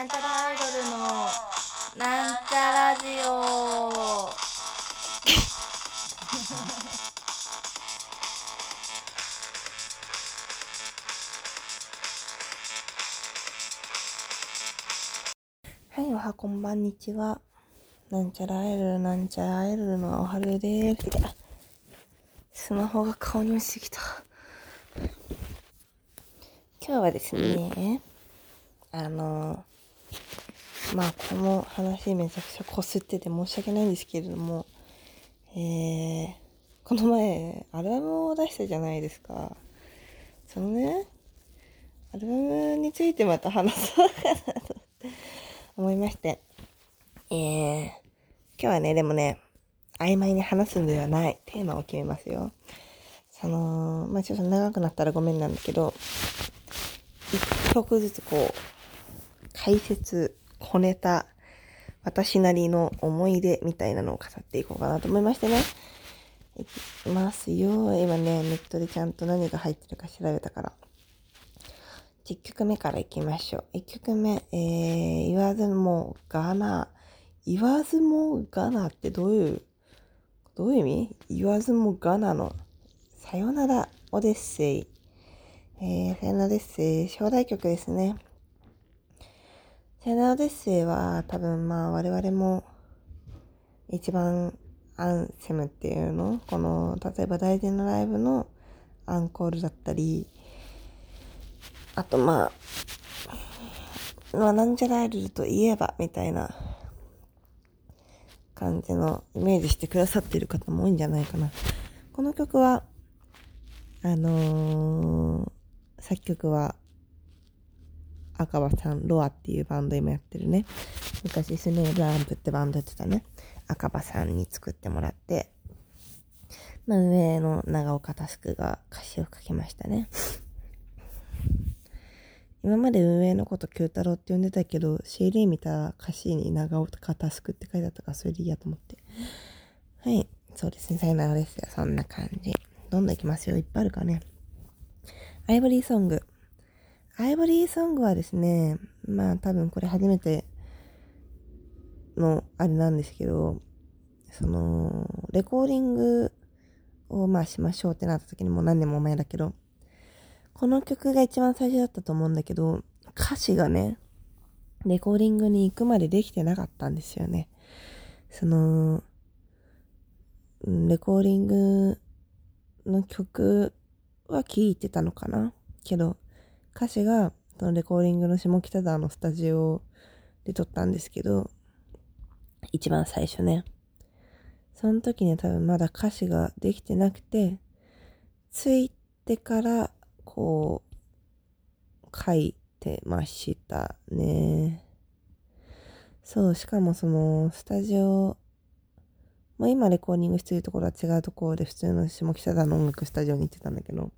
なんちゃらアイドルのなんちゃラジオ。はい、おはこんばんにちは。なんちゃらアイドルなんちゃらアイドルのおはるです。スマホが顔に落ちてきた。今日はですね、この話めちゃくちゃこすってて申し訳ないんですけれども、この前アルバムを出したじゃないですか。そのね、アルバムについてまた話そうかなと思いまして、今日はね、でもね、曖昧に話すんではないテーマを決めますよ。ちょっと長くなったらごめんなんだけど、一曲ずつ解説、小ネタ、私なりの思い出みたいなのを語っていこうかなと思いましてね。いきますよ。今ね、ネットでちゃんと何が入ってるか調べたから。1曲目からいきましょう。1曲目、言わずもがな。言わずもがなってどういう意味？言わずもがなのさよならオデッセイ。さよならオデッセイ、表題曲ですね。さよならオデッセイは多分我々も一番アンセムっていうの、この例えば大事なライブのアンコールだったり、あとなんちゃらアイドルといえばみたいな感じのイメージしてくださっている方も多いんじゃないかな。この曲は作曲は赤羽さん、ロアっていうバンド今やってるね。昔スネールランプってバンドやってたね。赤羽さんに作ってもらって、運営の長岡佑が歌詞を書きましたね。今まで運営のこと九太郎って呼んでたけど、CD 見たら歌詞に長岡佑って書いてあったから、それでいいやと思って。はい。そうですね。さよならですよ。そんな感じ。どんどんいきますよ。いっぱいあるからね。アイボリーソング。アイボリーソングはですね、多分これ初めてのあれなんですけど、レコーディングをしましょうってなった時にもう何年も前だけど、この曲が一番最初だったと思うんだけど、歌詞がね、レコーディングに行くまでできてなかったんですよね。レコーディングの曲は聴いてたのかなけど、歌詞が、そのレコーディングの下北沢のスタジオで撮ったんですけど、一番最初ね。その時に多分まだ歌詞ができてなくて、ついてから書いてましたね。そう、しかもスタジオ、今レコーディングしてるところは違うところで普通の下北沢の音楽スタジオに行ってたんだけど、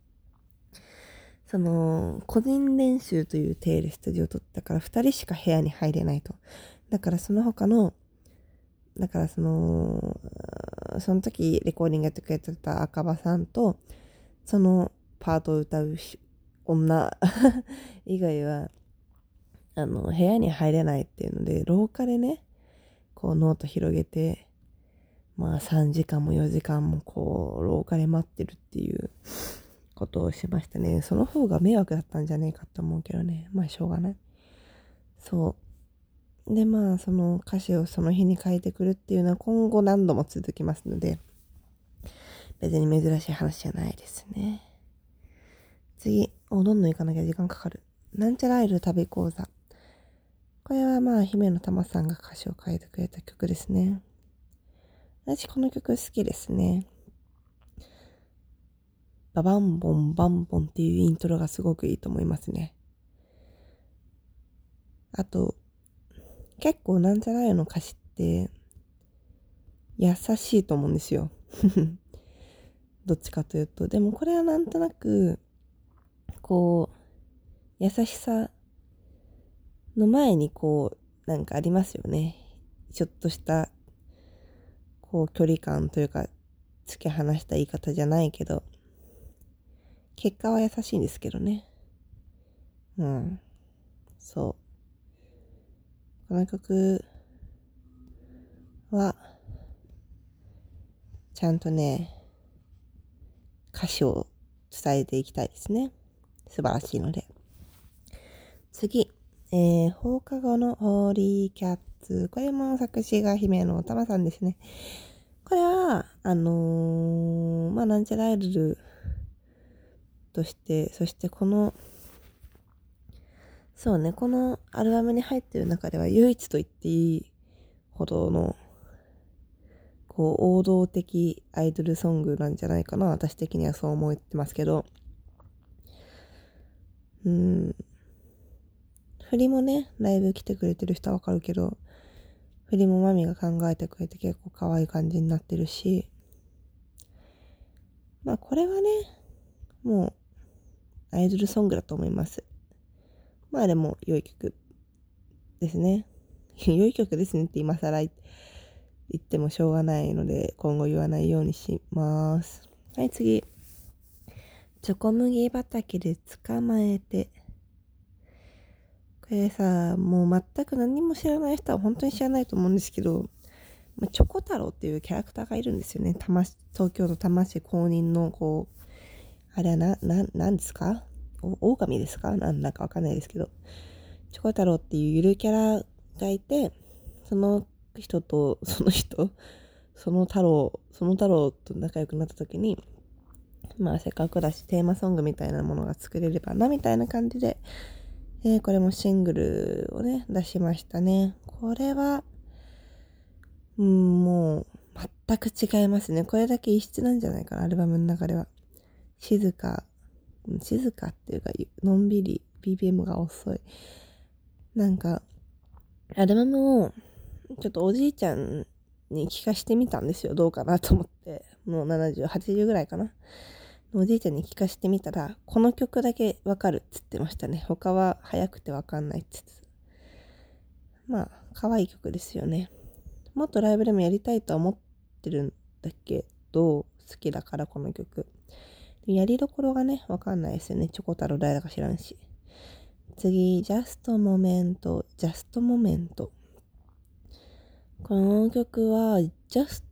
個人練習という体でスタジオを撮ったから2人しか部屋に入れないと。だからその時レコーディングやってくれてた赤羽さんと、そのパートを歌う女以外は、部屋に入れないっていうので、廊下でね、ノート広げて、3時間も4時間も廊下で待ってるっていうことをしましたね。その方が迷惑だったんじゃねえかと思うけどね。しょうがない。そう。で、その歌詞をその日に書いてくるっていうのは今後何度も続きますので、別に珍しい話じゃないですね。次。どんどん行かなきゃ時間かかる。なんちゃらアイドル旅講座。これは姫野玉さんが歌詞を書いてくれた曲ですね。私この曲好きですね。ババンボンバンボンっていうイントロがすごくいいと思いますね。あと、結構なんちゃらアイドルの歌詞って優しいと思うんですよ。どっちかというと。でもこれはなんとなく、優しさの前になんかありますよね。ちょっとした、距離感というか、突き放した言い方じゃないけど、結果は優しいんですけどね。うん。そこの曲はちゃんとね歌詞を伝えていきたいですね。素晴らしいので。次、放課後のホーリーキャッツ。これも作詞が姫野玉さんですね。これはなんちゃらアイドルとして、そしてこのアルバムに入っている中では唯一と言っていいほどの王道的アイドルソングなんじゃないかな。私的にはそう思ってますけど、振りもね、ライブ来てくれてる人はわかるけど、振りもマミが考えてくれて結構可愛い感じになってるし、これはね、もうアイドルソングだと思います。でも良い曲ですね。良い曲ですねって今更言ってもしょうがないので、今後言わないようにします。はい、次。チョコ麦畑で捕まえて。これさ、もう全く何も知らない人は本当に知らないと思うんですけど、チョコ太郎っていうキャラクターがいるんですよね。東京都多摩市公認のあれはなんですか？狼ですか？なんかわかんないですけど。チョコ太郎っていうゆるキャラがいて、その人とその太郎と仲良くなった時に、せっかくだしテーマソングみたいなものが作れればなみたいな感じで、これもシングルをね出しましたね。これはもう全く違いますね。これだけ異質なんじゃないかな、アルバムの中では。静かっていうかのんびり BPM が遅い。なんかアルバムをちょっとおじいちゃんに聞かしてみたんですよ。どうかなと思って。もう70、80ぐらいかな。おじいちゃんに聞かしてみたら、この曲だけわかるっつってましたね。他は早くてわかんないっつって。可愛い曲ですよね。もっとライブでもやりたいとは思ってるんだけど、好きだからこの曲。やりどころがね、わかんないですよね。チョコ太郎誰だか知らんし。次、ジャストモメント。この曲は、ジャス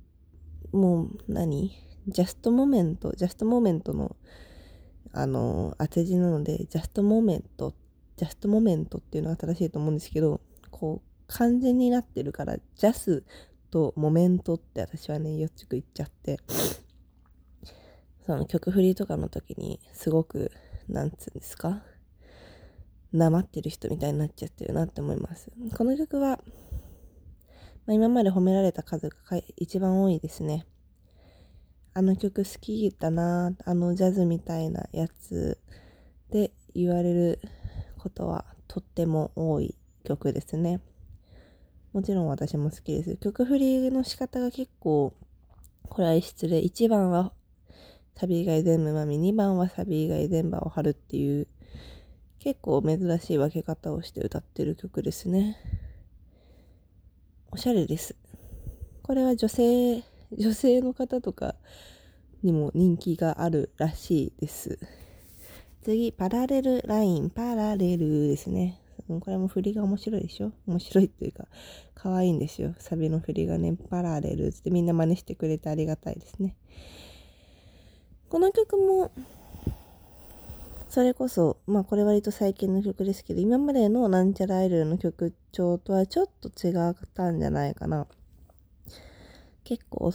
トモメントの、当て字なので、ジャストモメントっていうのが正しいと思うんですけど、完全になってるから、ジャスとモメントって私はね、よっちく言っちゃって、その曲振りとかの時に、すごく、なんつうんですか？なまってる人みたいになっちゃってるなって思います。この曲は、今まで褒められた数が一番多いですね。あの曲好きだな、ジャズみたいなやつで言われることはとっても多い曲ですね。もちろん私も好きです。曲振りの仕方が結構、これは異質で、1番はサビ以外全部マミ、2番はサビ以外全部を張るっていう、結構珍しい分け方をして歌ってる曲ですね。おしゃれです。これは女性の方とかにも人気があるらしいです。次、パラレルライン、パラレルですね。これも振りが面白いでしょ？面白いっていうか、可愛いんですよ。サビの振りがね、パラレルってみんな真似してくれてありがたいですね。この曲も、それこそ、これ割と最近の曲ですけど、今までのなんちゃらアイドルの曲調とはちょっと違ったんじゃないかな。結構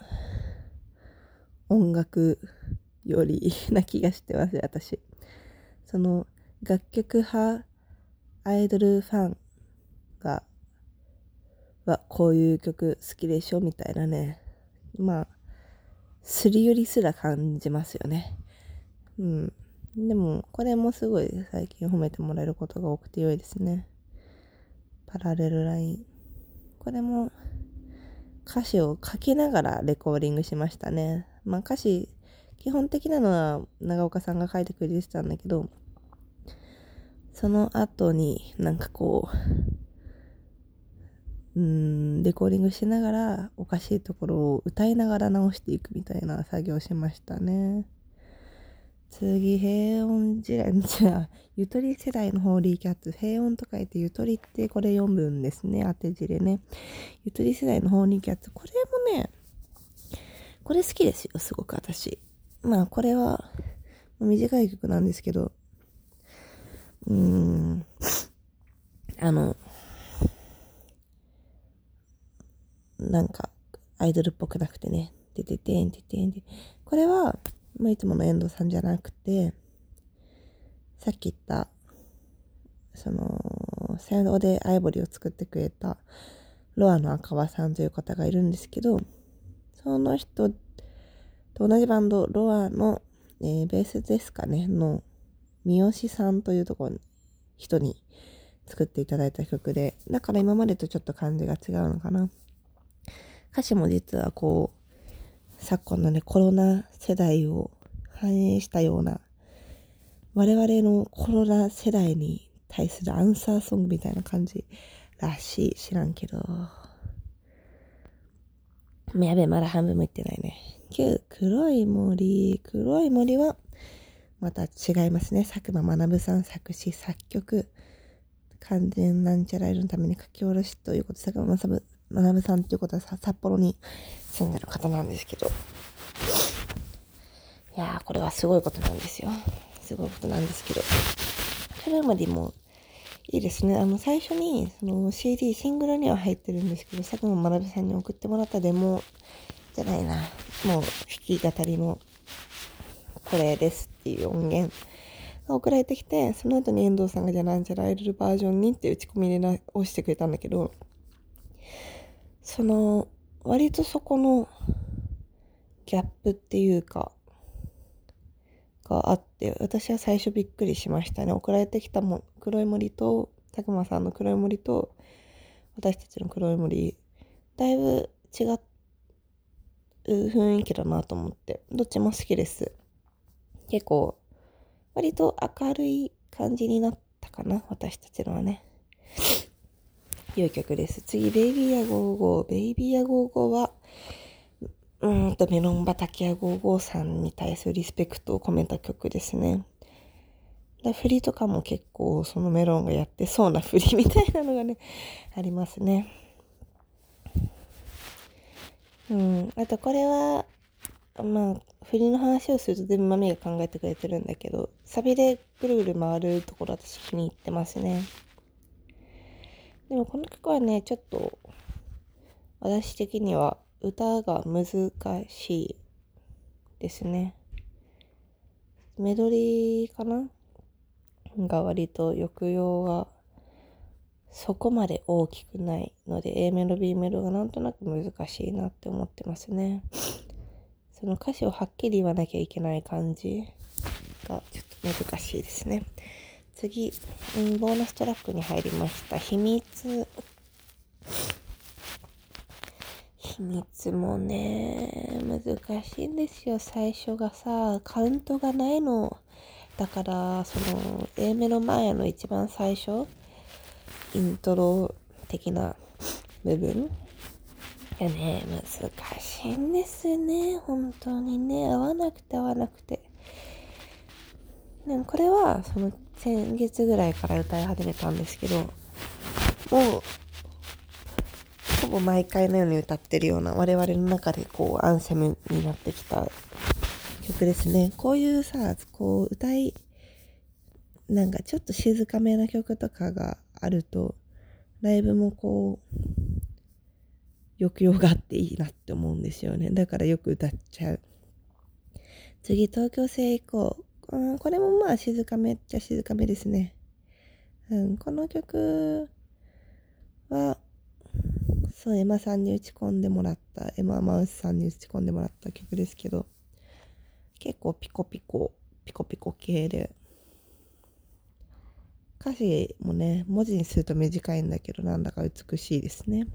音楽よりな気がしてます、私。楽曲派アイドルファンはこういう曲好きでしょみたいなね。すり寄りすら感じますよね。でも、これもすごい最近褒めてもらえることが多くて良いですね。パラレルライン。これも歌詞を書きながらレコーディングしましたね。歌詞、基本的なのは長岡さんが書いてくれてたんだけど、その後にレコーディングしながらおかしいところを歌いながら直していくみたいな作業をしましたね。 次、平穏時代、じゃあ、ゆとり世代のホーリーキャッツ、平穏と書いてゆとりってこれ読むんですね。当て字でね。ゆとり世代のホーリーキャッツ、これもね、これ好きですよ、すごく私。まあ、これは、短い曲なんですけど、なんか、アイドルっぽくなくてね、てててんててんて。これは、いつもの遠藤さんじゃなくて、さっき言った、サヨでアイボリーを作ってくれた、ロアの赤羽さんという方がいるんですけど、その人と同じバンド、ロアの、ベースですかね、の、三好さんという人に作っていただいた曲で、だから今までとちょっと感じが違うのかな。歌詞も実は昨今のね、コロナ世代を反映したような、我々のコロナ世代に対するアンサーソングみたいな感じらしい。知らんけど。やべえ、まだ半分もいってないね。9、黒い森。黒い森は、また違いますね。佐久間学さん作詞作曲。完全なんちゃらいるのために書き下ろしということで、佐久間学さんということは札幌に住んでる方なんですけど。いやー、これはすごいことなんですよ。すごいことなんですけど。黒い森もいいですね。最初に、CD、シングルには入ってるんですけど、佐久間学さんに送ってもらったデモじゃないな。もう、弾き語りの、これですっていう音源が送られてきて、その後に遠藤さんがじゃあなんちゃらアイドルバージョンにって打ち込みをしてくれたんだけど、割とそこのギャップっていうか、があって、私は最初びっくりしましたね。送られてきた黒い森と、佐久間さんの黒い森と、私たちの黒い森、だいぶ違う雰囲気だなと思って、どっちも好きです。結構、割と明るい感じになったかな、私たちのはね。良い曲です。次、ベイビーヤ55。ベイビーヤ55は、メロン畑屋55さんに対するリスペクトを込めた曲ですね。振りとかも結構そのメロンがやってそうな振りみたいなのがね、ありますね。あとこれは、振りの話をすると全部マミが考えてくれてるんだけど、サビでぐるぐる回るところ私気に入ってますね。でもこの曲はね、ちょっと私的には歌が難しいですね。メロディーかなが割と抑揚がそこまで大きくないので A メロ B メロがなんとなく難しいなって思ってますね。その歌詞をはっきり言わなきゃいけない感じがちょっと難しいですね。次、ボーナストラックに入りました秘密。秘密もね難しいんですよ。最初がさカウントがないのだから、A メロ前の一番最初イントロ的な部分がね難しいんですね。本当にね、合わなくてでもこれは先月ぐらいから歌い始めたんですけど、もうほぼ毎回のように歌ってるような、我々の中でアンセムになってきた曲ですね。こういうさ、なんかちょっと静かめな曲とかがあると、ライブも抑揚があっていいなって思うんですよね。だからよく歌っちゃう。次、東京成行これも静かめっちゃ静かめですね。この曲は、エマさんに打ち込んでもらった、エママウスさんに打ち込んでもらった曲ですけど、結構ピコピコ系で、歌詞もね、文字にすると短いんだけど、なんだか美しいですね。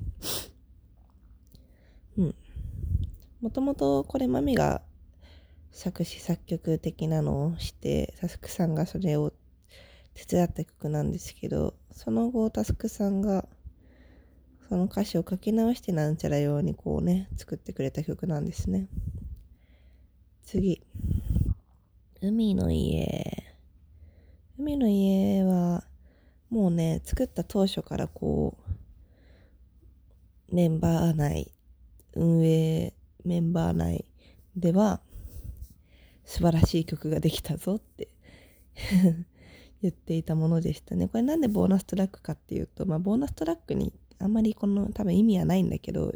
もともとこれマミが作詞作曲的なのをして、タスクさんがそれを手伝った曲なんですけど、その後タスクさんがその歌詞を書き直してなんちゃら用に作ってくれた曲なんですね。次、 海の家はもうね、作った当初から運営メンバー内では素晴らしい曲ができたぞって言っていたものでしたね。これなんでボーナストラックかっていうと、ボーナストラックにあんまり多分意味はないんだけど、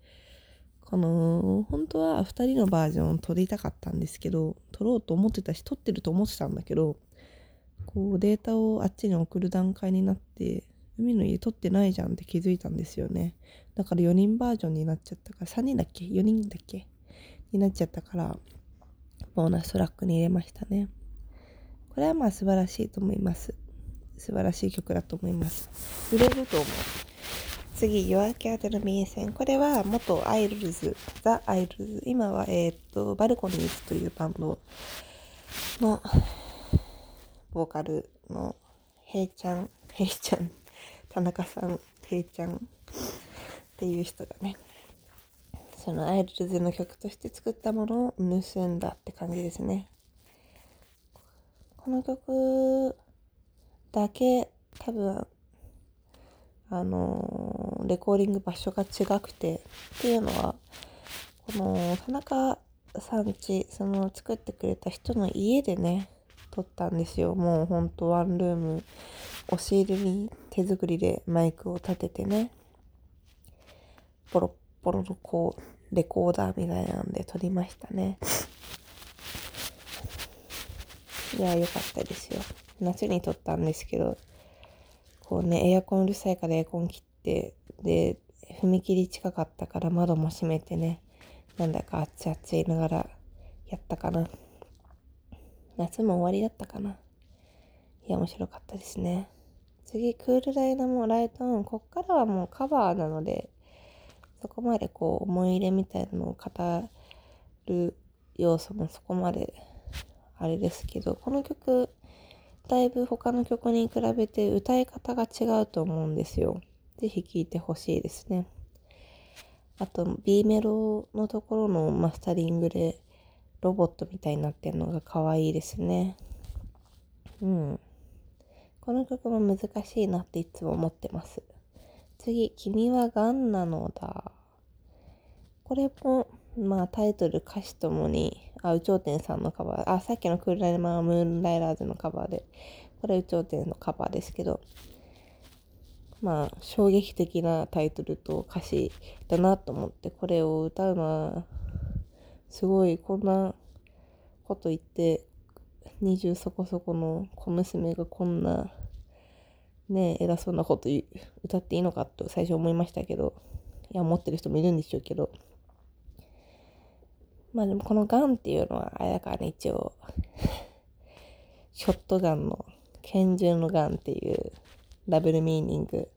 本当は2人のバージョンを撮りたかったんですけど、撮ろうと思ってたし、撮ってると思ってたんだけど、データをあっちに送る段階になって、海の家撮ってないじゃんって気づいたんですよね。だから4人バージョンになっちゃったから、3人だっけ ?4 人だっけになっちゃったから、ボーナストラックに入れましたね。これは素晴らしいと思います。素晴らしい曲だと思います。売れると思う。次、夜明けあての便箋。これは元アイドルズ、ザ・アイドルズ。今は、バルコニーズというバンドのボーカルのヘイちゃん、田中さん、ヘイちゃんっていう人がね、そのアイドルズの曲として作ったものを盗んだって感じですね。この曲だけ多分レコーディング場所が違くてっていうのは、この田中さんち、その作ってくれた人の家でね撮ったんですよ。もうほんとワンルーム、押し入れに手作りでマイクを立ててね、ポロッポロのレコーダーみたいなんで撮りましたね。いや、良かったですよ。夏に撮ったんですけど、エアコンうるさいからエアコン切って、で、踏切近かったから窓も閉めてね、なんだか熱々言いながらやったかな。夏も終わりだったかな。いや、面白かったですね。次、クールダイナモライトオン。こっからはもうカバーなので、そこまで思い入れみたいなのを語る要素もそこまであれですけど、この曲、だいぶ他の曲に比べて歌い方が違うと思うんですよ。ぜひ聴いてほしいですね。あと B メロのところのマスタリングでロボットみたいになってるのが可愛いですね。この曲も難しいなっていつも思ってます。次、君はガンなのだ。これもタイトル歌詞ともに有頂天さんのカバー、さっきのクールライマームーンライダーズのカバーで、これ有頂天のカバーですけど、衝撃的なタイトルと歌詞だなと思って、これを歌うのはすごい、こんなこと言って20そこそこの小娘がこんなね偉そうなこと歌っていいのかと最初思いましたけど、いや思ってる人もいるんでしょうけど、でもこのガンっていうのはあれだからね、一応ショットガンの拳銃のガンっていうダブルミーニング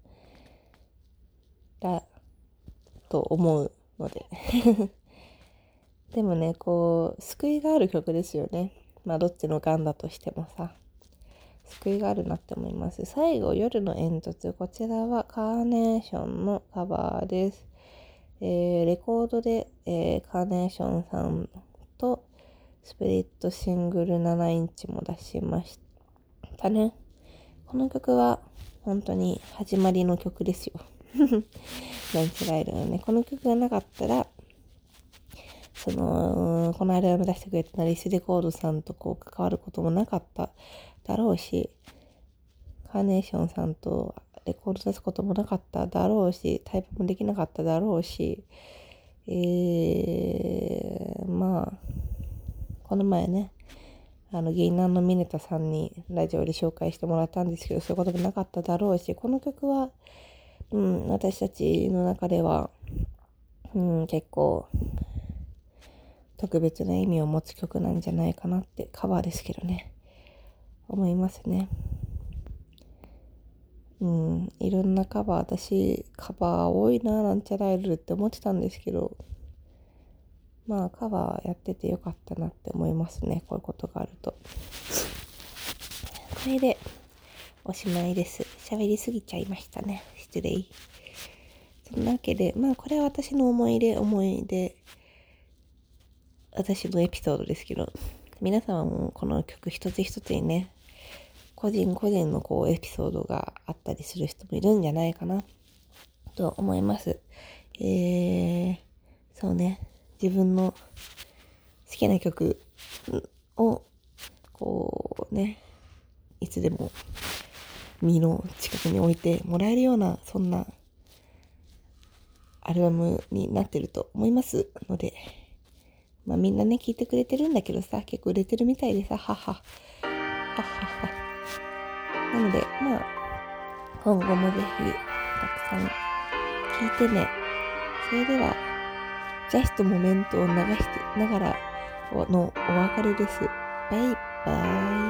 だと思うのででもね、救いがある曲ですよね。どっちのガンだとしてもさ、救いがあるなって思います。最後、夜の煙突。こちらはカーネーションのカバーです。レコードで、カーネーションさんとスプリットシングル7インチも出しましたね。この曲は本当に始まりの曲ですよ。ナチュラルのね、この曲がなかったら、このアルバム出してくれたリスレコードさんと関わることもなかっただろうし、カーネーションさんとレコード出すこともなかっただろうし、タイプもできなかっただろうし、この前ね、銀杏のミネタさんにラジオで紹介してもらったんですけど、そういうこともなかっただろうし、この曲は、私たちの中では、結構、特別な意味を持つ曲なんじゃないかなって、カバーですけどね、思いますね。いろんなカバー、私カバー多いななんちゃらいるって思ってたんですけど、カバーやっててよかったなって思いますね。こういうことがあると。これでおしまいです。喋りすぎちゃいましたね。失礼。そんなわけで、これは私の思い出、私のエピソードですけど、 皆様もこの曲一つ一つにね、個人個人のエピソードがあったりする人もいるんじゃないかなと思います。そうね、自分の好きな曲をいつでも身の近くに置いてもらえるような、そんなアルバムになってると思いますので、みんなね聞いてくれてるんだけどさ、結構売れてるみたいでさ、ははなので今後もぜひたくさん聞いてね。それではジャストモメントを流してながらのお別れです。バイバイ。